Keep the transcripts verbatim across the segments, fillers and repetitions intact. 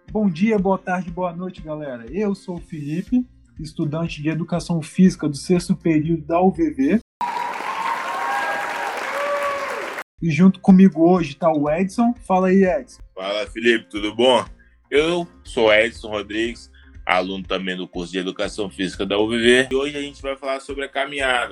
Bom dia, boa tarde, boa noite, galera. Eu sou o Felipe, estudante de Educação Física do sexto período da U V V. E junto comigo hoje está o Edson. Fala aí, Edson. Fala, Felipe, tudo bom? Eu sou Edson Rodrigues, aluno também do curso de Educação Física da U V V. E hoje a gente vai falar sobre a caminhada.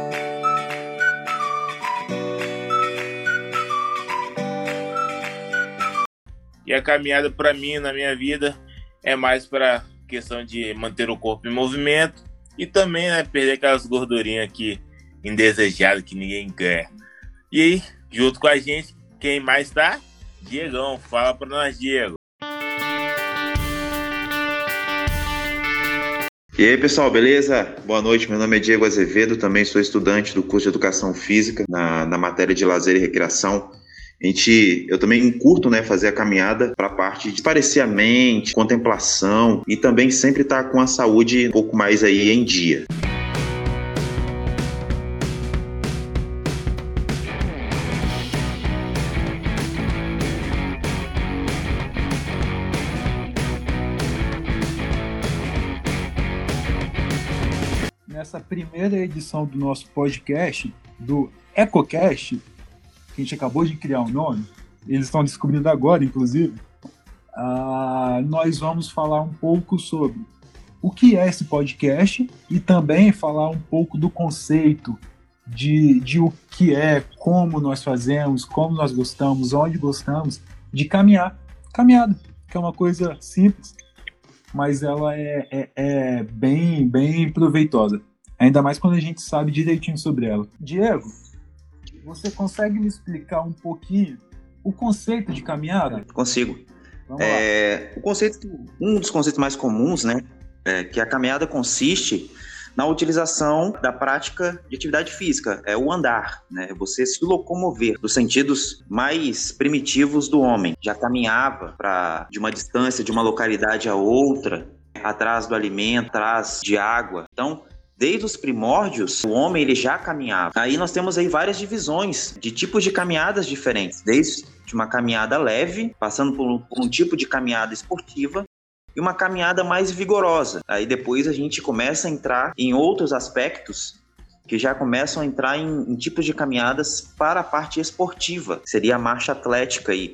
E a caminhada, para mim, na minha vida, é mais para questão de manter o corpo em movimento e também, né, perder aquelas gordurinhas aqui indesejadas que ninguém quer. E aí, junto com a gente, quem mais tá? Diegão, fala para nós, Diego. E aí, pessoal, beleza? Boa noite, meu nome é Diego Azevedo, também sou estudante do curso de Educação Física na, na matéria de Lazer e Recreação. A gente, eu também curto, né, fazer a caminhada para a parte de esparecer a mente, contemplação e também sempre estar com a saúde um pouco mais aí em dia. Nessa primeira edição do nosso podcast, do EcoCast, que a gente acabou de criar um nome, eles estão descobrindo agora, inclusive, uh, nós vamos falar um pouco sobre o que é esse podcast e também falar um pouco do conceito de, de o que é, como nós fazemos, como nós gostamos, onde gostamos de caminhar. Caminhada, que é uma coisa simples, mas ela é, é, é bem, bem proveitosa. Ainda mais quando a gente sabe direitinho sobre ela. Diego, você consegue me explicar um pouquinho o conceito de caminhada? Consigo. É, o conceito, um dos conceitos mais comuns, né, é que a caminhada consiste na utilização da prática de atividade física, é o andar, né, você se locomover dos sentidos mais primitivos do homem. Já caminhava pra, de uma distância de uma localidade a outra, atrás do alimento, atrás de água. Então, desde os primórdios, o homem ele já caminhava. Aí nós temos aí várias divisões de tipos de caminhadas diferentes, desde uma caminhada leve, passando por um, por um tipo de caminhada esportiva e uma caminhada mais vigorosa. Aí depois a gente começa a entrar em outros aspectos que já começam a entrar em, em tipos de caminhadas para a parte esportiva, seria a marcha atlética aí.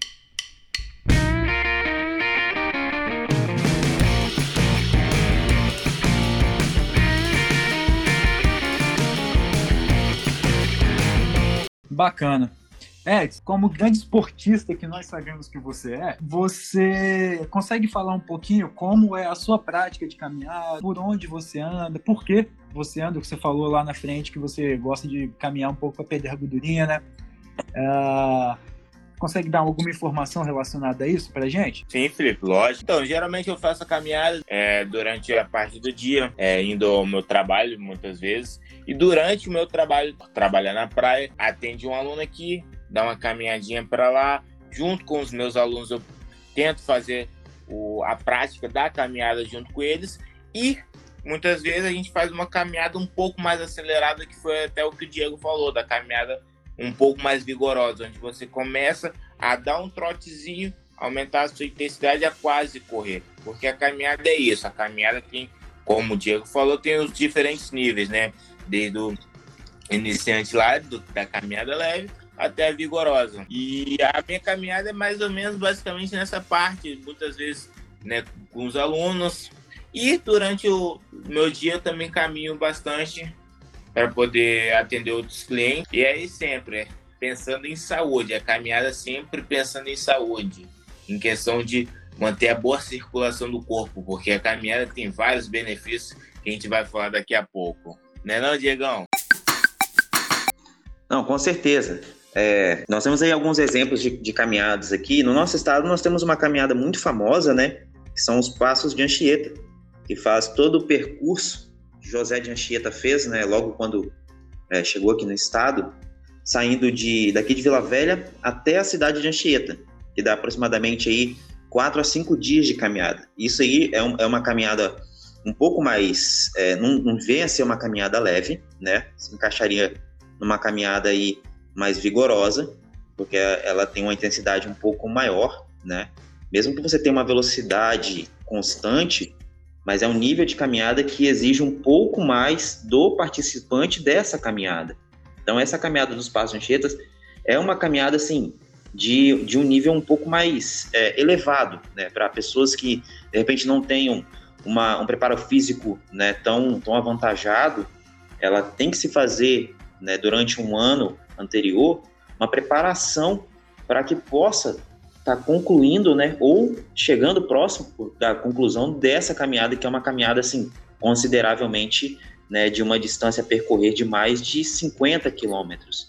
Bacana. Edson, como grande esportista que nós sabemos que você é, você consegue falar um pouquinho como é a sua prática de caminhar, por onde você anda, por que você anda, que você falou lá na frente que você gosta de caminhar um pouco para perder a gordurinha, né? Uh, consegue dar alguma informação relacionada a isso pra gente? Sim, Felipe, lógico. Então, geralmente eu faço a caminhada é, durante a parte do dia, é, indo ao meu trabalho, muitas vezes. E durante o meu trabalho, trabalhar na praia, atende um aluno aqui, dá uma caminhadinha para lá. Junto com os meus alunos, eu tento fazer o, a prática da caminhada junto com eles. E muitas vezes a gente faz uma caminhada um pouco mais acelerada, que foi até o que o Diego falou, da caminhada um pouco mais vigorosa, onde você começa a dar um trotezinho, aumentar a sua intensidade a quase correr. Porque a caminhada é isso, a caminhada tem, como o Diego falou, tem os diferentes níveis, né? Desde o iniciante lá, do, da caminhada leve, até a vigorosa. E a minha caminhada é mais ou menos basicamente nessa parte, muitas vezes, né, com os alunos. E durante o meu dia eu também caminho bastante para poder atender outros clientes. E aí sempre, é, pensando em saúde, a caminhada sempre pensando em saúde, em questão de manter a boa circulação do corpo, porque a caminhada tem vários benefícios que a gente vai falar daqui a pouco. Não é não, Diegão? Não, com certeza. É, nós temos aí alguns exemplos de, de caminhadas aqui. No nosso estado nós temos uma caminhada muito famosa, né? Que são os Passos de Anchieta, que faz todo o percurso que José de Anchieta fez, né? Logo quando é, chegou aqui no estado, saindo de, daqui de Vila Velha até a cidade de Anchieta, que dá aproximadamente aí quatro a cinco dias de caminhada. Isso aí é, um, é uma caminhada um pouco mais, é, não, não vem a ser uma caminhada leve, né? Se encaixaria numa caminhada aí mais vigorosa, porque ela tem uma intensidade um pouco maior, né? Mesmo que você tenha uma velocidade constante, mas é um nível de caminhada que exige um pouco mais do participante dessa caminhada. Então, essa caminhada dos Passos de Anchieta é uma caminhada, assim, de, de um nível um pouco mais é, elevado, né? Para pessoas que, de repente, não tenham uma, um preparo físico, né, tão, tão avantajado, ela tem que se fazer, né, durante um ano anterior, uma preparação para que possa estar tá concluindo, né, ou chegando próximo da conclusão dessa caminhada, que é uma caminhada, assim, consideravelmente, né, de uma distância a percorrer de mais de cinquenta quilômetros.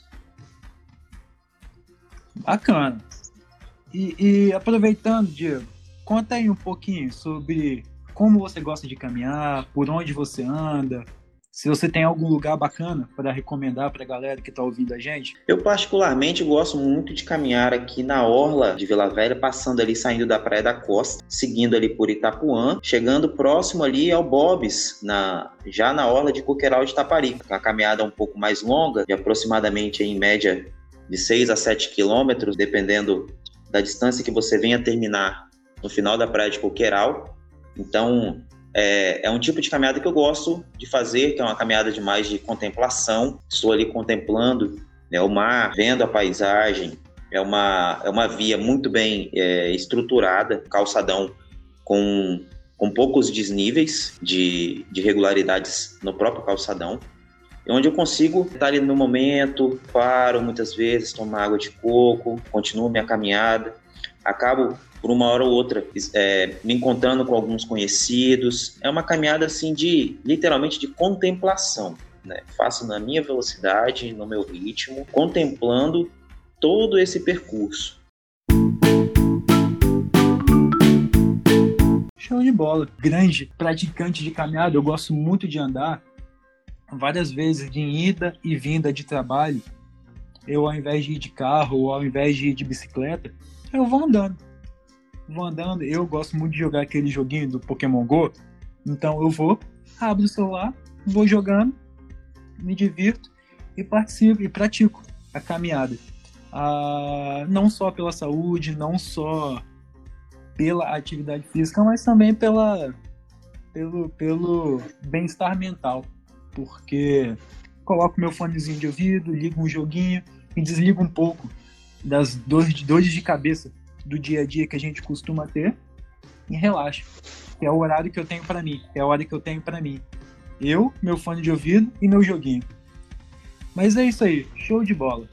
Bacana. E, e aproveitando, Diego, conta aí um pouquinho sobre como você gosta de caminhar, por onde você anda, se você tem algum lugar bacana para recomendar para a galera que está ouvindo a gente. Eu particularmente gosto muito de caminhar aqui na orla de Vila Velha, passando ali, saindo da Praia da Costa, seguindo ali por Itapuã, chegando próximo ali ao Bob's, na, já na orla de Coqueiral de Itaparica. Uma caminhada um pouco mais longa, de aproximadamente em média de seis a sete quilômetros, dependendo da distância que você venha terminar no final da Praia de Coqueiral. Então, É, é um tipo de caminhada que eu gosto de fazer, que é uma caminhada de mais de contemplação. Estou ali contemplando, né, o mar, vendo a paisagem. É uma, é uma via muito bem é, estruturada, calçadão com, com poucos desníveis de, de regularidades no próprio calçadão, onde eu consigo estar ali no momento, paro muitas vezes, tomo água de coco, continuo minha caminhada, acabo por uma hora ou outra, é, me encontrando com alguns conhecidos. É uma caminhada, assim, de, literalmente, de contemplação, né? Faço na minha velocidade, no meu ritmo, contemplando todo esse percurso. Show de bola. Grande praticante de caminhada, eu gosto muito de andar. Várias vezes de ida e vinda de trabalho, eu, ao invés de ir de carro ou ao invés de ir de bicicleta, eu vou andando. Vou andando, eu gosto muito de jogar aquele joguinho do Pokémon Go, então eu vou, abro o celular, vou jogando, me divirto e participo e pratico a caminhada. Ah, não só pela saúde, não só pela atividade física, mas também pela, pelo, pelo bem-estar mental, porque coloco meu fonezinho de ouvido, ligo um joguinho e desligo um pouco das dores, dores de cabeça do dia a dia que a gente costuma ter e relaxo. Que é o horário que eu tenho para mim, é a hora que eu tenho para mim. Eu, meu fone de ouvido e meu joguinho. Mas é isso aí, show de bola.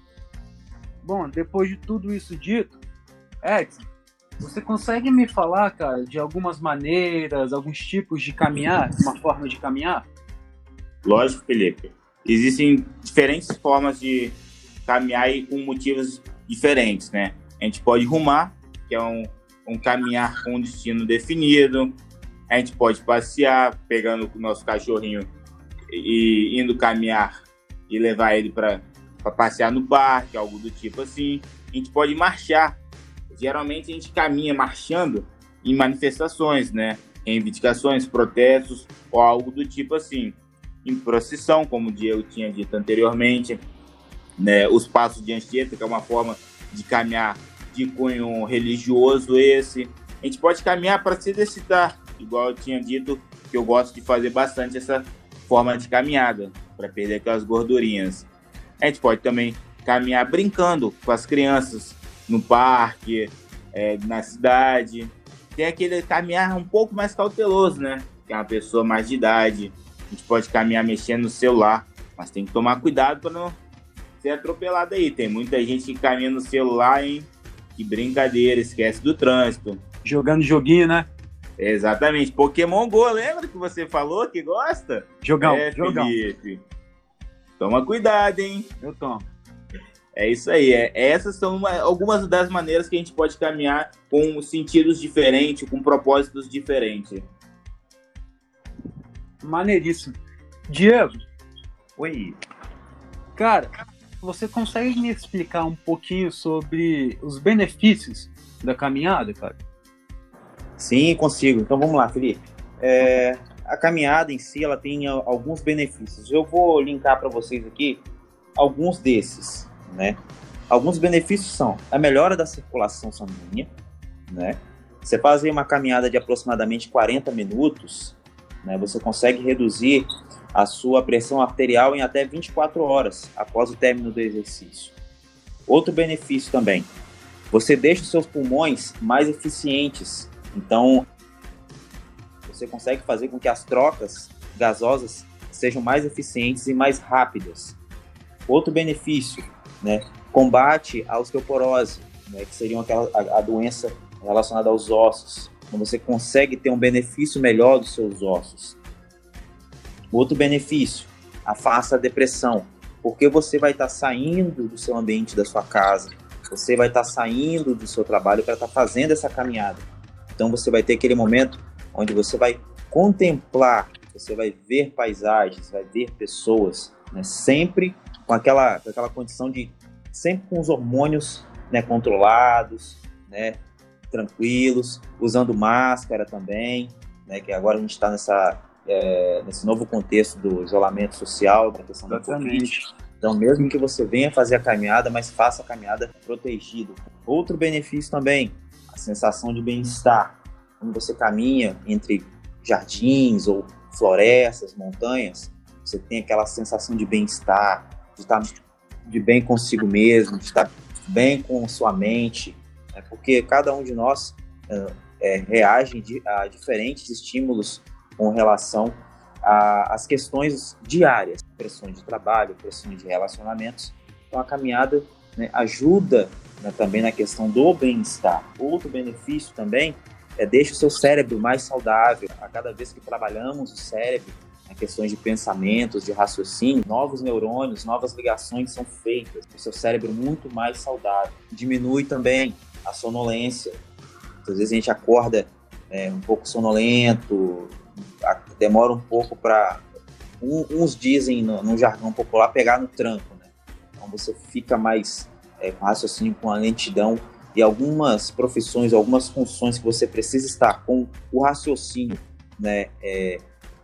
Bom, depois de tudo isso dito, Edson, você consegue me falar, cara, de algumas maneiras, alguns tipos de caminhar, uma forma de caminhar? Lógico, Felipe. Existem diferentes formas de caminhar e com motivos diferentes, né? A gente pode rumar, que é um, um caminhar com um destino definido. A gente pode passear, pegando o nosso cachorrinho e indo caminhar e levar ele para passear no parque, algo do tipo assim. A gente pode marchar. Geralmente a gente caminha marchando em manifestações, né? Reivindicações, protestos ou algo do tipo assim. Em procissão, como o Diego tinha dito anteriormente, né? Os Passos de Anchieta, que é uma forma de caminhar de cunho religioso esse. A gente pode caminhar para se exercitar, igual eu tinha dito, que eu gosto de fazer bastante essa forma de caminhada, para perder aquelas gordurinhas. A gente pode também caminhar brincando com as crianças no parque, é, na cidade. Tem aquele caminhar um pouco mais cauteloso, né? Que é uma pessoa mais de idade. A gente pode caminhar mexendo no celular, mas tem que tomar cuidado para não ser atropelado aí. Tem muita gente que caminha no celular, hein? Que brincadeira, esquece do trânsito. Jogando joguinho, né? Exatamente. Pokémon Go, lembra que você falou que gosta? Jogão, é, jogão. Felipe. Toma cuidado, hein? Eu tomo. É isso aí. É, essas são uma, algumas das maneiras que a gente pode caminhar com sentidos diferentes, com propósitos diferentes. Maneiríssimo. Diego. Oi. Cara, você consegue me explicar um pouquinho sobre os benefícios da caminhada, cara? Sim, consigo. Então vamos lá, Felipe. É, a caminhada em si, ela tem alguns benefícios. Eu vou linkar para vocês aqui alguns desses, né? Alguns benefícios são a melhora da circulação sanguínea, né? Você faz aí uma caminhada de aproximadamente quarenta minutos, né? Você consegue reduzir a sua pressão arterial em até vinte e quatro horas após o término do exercício. Outro benefício também, você deixa os seus pulmões mais eficientes, então você consegue fazer com que as trocas gasosas sejam mais eficientes e mais rápidas. Outro benefício, né, combate a osteoporose, né, que seria aquela, a, a doença relacionada aos ossos. Então você consegue ter um benefício melhor dos seus ossos. Outro benefício, afasta a depressão, porque você vai estar saindo do seu ambiente, da sua casa, você vai estar saindo do seu trabalho para estar fazendo essa caminhada. Então você vai ter aquele momento onde você vai contemplar, você vai ver paisagens, vai ver pessoas, né, sempre com aquela, com aquela condição de, sempre com os hormônios, né, controlados, né, tranquilos, usando máscara também, né, que agora a gente está nessa, é, nesse novo contexto do isolamento social, da questão da Covid. Então, mesmo que você venha fazer a caminhada, mas faça a caminhada protegido. Outro benefício também, a sensação de bem-estar. Quando você caminha entre jardins ou florestas, montanhas, você tem aquela sensação de bem-estar, de estar de bem consigo mesmo, de estar bem com sua mente, né? Porque cada um de nós é, é, reage a diferentes estímulos com relação às questões diárias, pressões de trabalho, pressões de relacionamentos. Então a caminhada, né, ajuda, né, também na questão do bem-estar. Outro benefício também é deixa o seu cérebro mais saudável. A cada vez que trabalhamos o cérebro, né, questões de pensamentos, de raciocínio, novos neurônios, novas ligações são feitas. O seu cérebro muito mais saudável. Diminui também a sonolência. Às vezes a gente acorda é, um pouco sonolento, demora um pouco para, um, uns dizem no, no jargão popular, pegar no tranco, né? Então você fica mais é, com raciocínio, com a lentidão, e algumas profissões, algumas funções que você precisa estar com o raciocínio, né, é,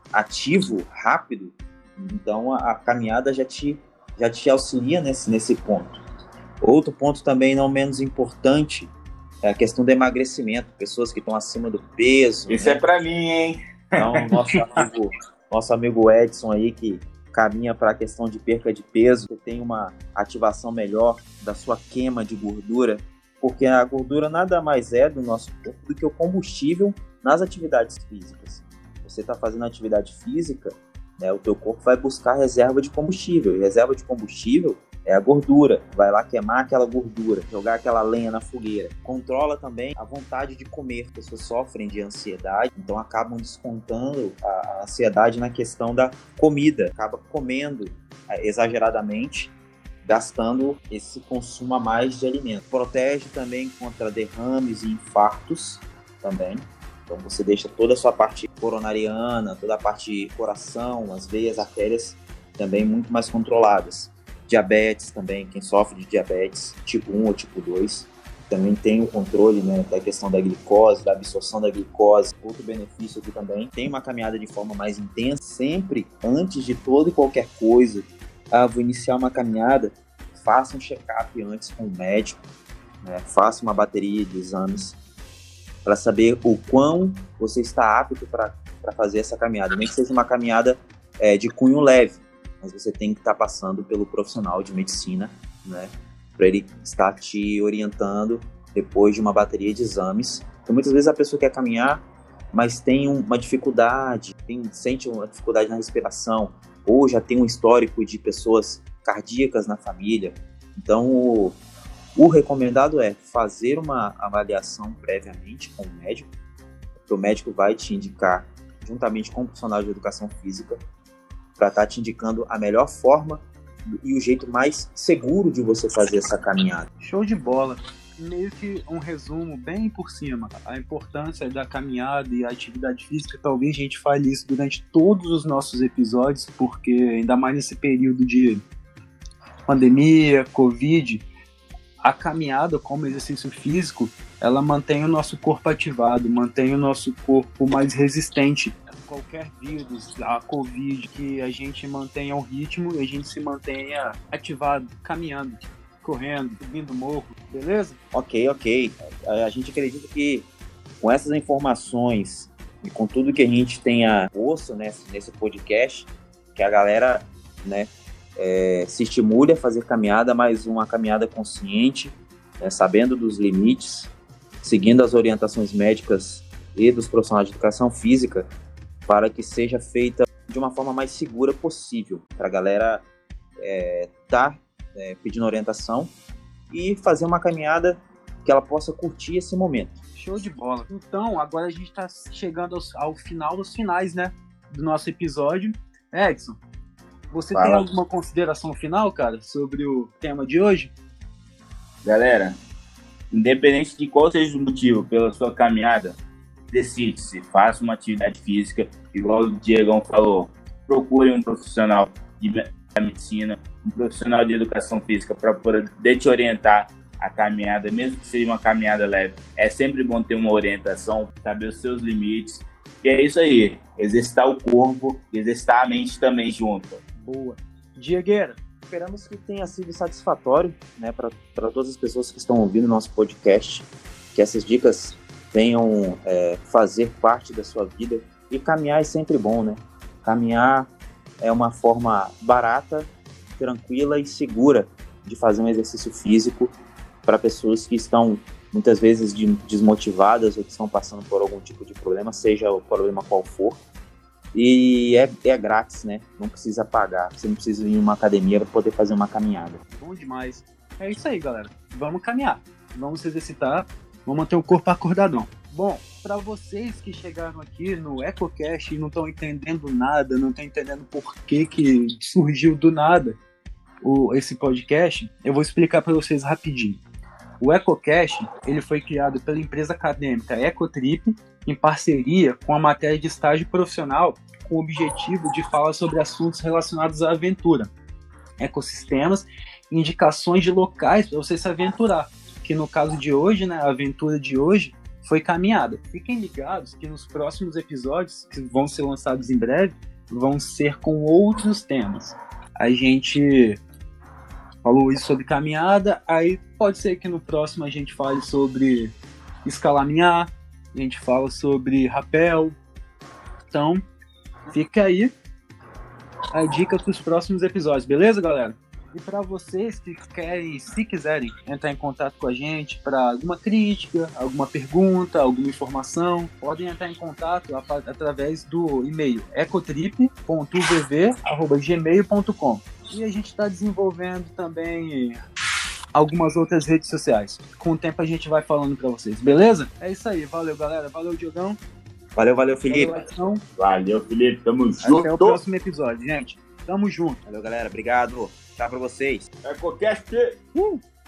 ativo, rápido, então a, a caminhada já te, já te auxilia nesse, nesse ponto. Outro ponto também não menos importante é a questão do emagrecimento, pessoas que estão acima do peso. Isso, né? É para mim, hein? Então, nosso amigo, nosso amigo Edson aí, que caminha para a questão de perca de peso, que tem uma ativação melhor da sua queima de gordura, porque a gordura nada mais é do nosso corpo do que o combustível nas atividades físicas. Você está fazendo atividade física, né, o teu corpo vai buscar reserva de combustível, e reserva de combustível é a gordura, vai lá queimar aquela gordura, jogar aquela lenha na fogueira. Controla também a vontade de comer. As pessoas sofrem de ansiedade, então acabam descontando a ansiedade na questão da comida. Acaba comendo exageradamente, gastando esse consumo a mais de alimento. Protege também contra derrames e infartos também. Então você deixa toda a sua parte coronariana, toda a parte coração, as veias, artérias também muito mais controladas. Diabetes também, quem sofre de diabetes tipo um ou tipo dois, também tem o controle, né, da questão da glicose, da absorção da glicose. Outro benefício aqui também, tem uma caminhada de forma mais intensa, sempre antes de toda e qualquer coisa. Ah, vou iniciar uma caminhada, faça um check-up antes com o médico, né, faça uma bateria de exames para saber o quão você está apto para fazer essa caminhada. Nem que seja uma caminhada é, de cunho leve, mas você tem que estar passando pelo profissional de medicina, né, para ele estar te orientando depois de uma bateria de exames. Então, muitas vezes a pessoa quer caminhar, mas tem uma dificuldade, tem, sente uma dificuldade na respiração, ou já tem um histórico de pessoas cardíacas na família. Então, o, o recomendado é fazer uma avaliação previamente com o médico, porque o médico vai te indicar, juntamente com o profissional de educação física, para estar te indicando a melhor forma e o jeito mais seguro de você fazer essa caminhada. Show de bola! Meio que um resumo bem por cima. A importância da caminhada e a atividade física, talvez a gente fale isso durante todos os nossos episódios, porque ainda mais nesse período de pandemia, Covid, a caminhada como exercício físico, ela mantém o nosso corpo ativado, mantém o nosso corpo mais resistente qualquer vírus, a Covid, que a gente mantenha o ritmo e a gente se mantenha ativado, caminhando. correndo, subindo morro, beleza? Ok, ok. A gente acredita que com essas informações e com tudo que a gente tenha posto nesse, nesse podcast, que a galera, né, é, se estimule a fazer caminhada, mas uma caminhada consciente, né, sabendo dos limites, seguindo as orientações médicas e dos profissionais de educação física, para que seja feita de uma forma mais segura possível, para a galera é, tá é, pedindo orientação e fazer uma caminhada que ela possa curtir esse momento. Show de bola. Então, agora a gente está chegando ao, ao final dos finais, né, do nosso episódio. Edson, você Fala. Tem alguma consideração final, cara, sobre o tema de hoje? Galera, independente de qual seja o motivo pela sua caminhada, decide-se, faça uma atividade física, igual o Diegão falou, procure um profissional de medicina, um profissional de educação física para poder te orientar a caminhada, mesmo que seja uma caminhada leve. É sempre bom ter uma orientação, saber os seus limites. E é isso aí, exercitar o corpo, exercitar a mente também junto. Boa. Diegueira, esperamos que tenha sido satisfatório, né, para todas as pessoas que estão ouvindo nosso podcast, que essas dicas venham é, fazer parte da sua vida. E caminhar é sempre bom, né? Caminhar é uma forma barata, tranquila e segura de fazer um exercício físico para pessoas que estão muitas vezes desmotivadas ou que estão passando por algum tipo de problema, seja o problema qual for. E é, é grátis, né? Não precisa pagar, você não precisa ir em uma academia para poder fazer uma caminhada. Bom demais. É isso aí, galera. Vamos caminhar, vamos se exercitar, vamos manter o corpo acordadão. Bom, para vocês que chegaram aqui no EcoCast e não estão entendendo nada, não estão entendendo por que, que surgiu do nada o, esse podcast, eu vou explicar para vocês rapidinho. O EcoCast, ele foi criado pela empresa acadêmica Ecotrip, em parceria com a matéria de estágio profissional, com o objetivo de falar sobre assuntos relacionados à aventura, ecossistemas e indicações de locais para você se aventurar, que no caso de hoje, né, a aventura de hoje foi caminhada. Fiquem ligados que nos próximos episódios, que vão ser lançados em breve, vão ser com outros temas. A gente falou isso sobre caminhada, aí pode ser que no próximo a gente fale sobre escalaminhar, a gente fala sobre rapel. Então, fica aí a dica para os próximos episódios, beleza, galera? E para vocês que querem, se quiserem, entrar em contato com a gente para alguma crítica, alguma pergunta, alguma informação, podem entrar em contato através do e-mail ecotrip ponto u v v arroba gmail ponto com. E a gente está desenvolvendo também algumas outras redes sociais. Com o tempo a gente vai falando para vocês, beleza? É isso aí, valeu, galera. Valeu, Diogão. Valeu, valeu, Felipe. Valeu, valeu Felipe. Tamo junto. Até o próximo episódio, gente. Tamo junto. Valeu, galera. Obrigado. Tchau pra vocês. EcoCast. Uh!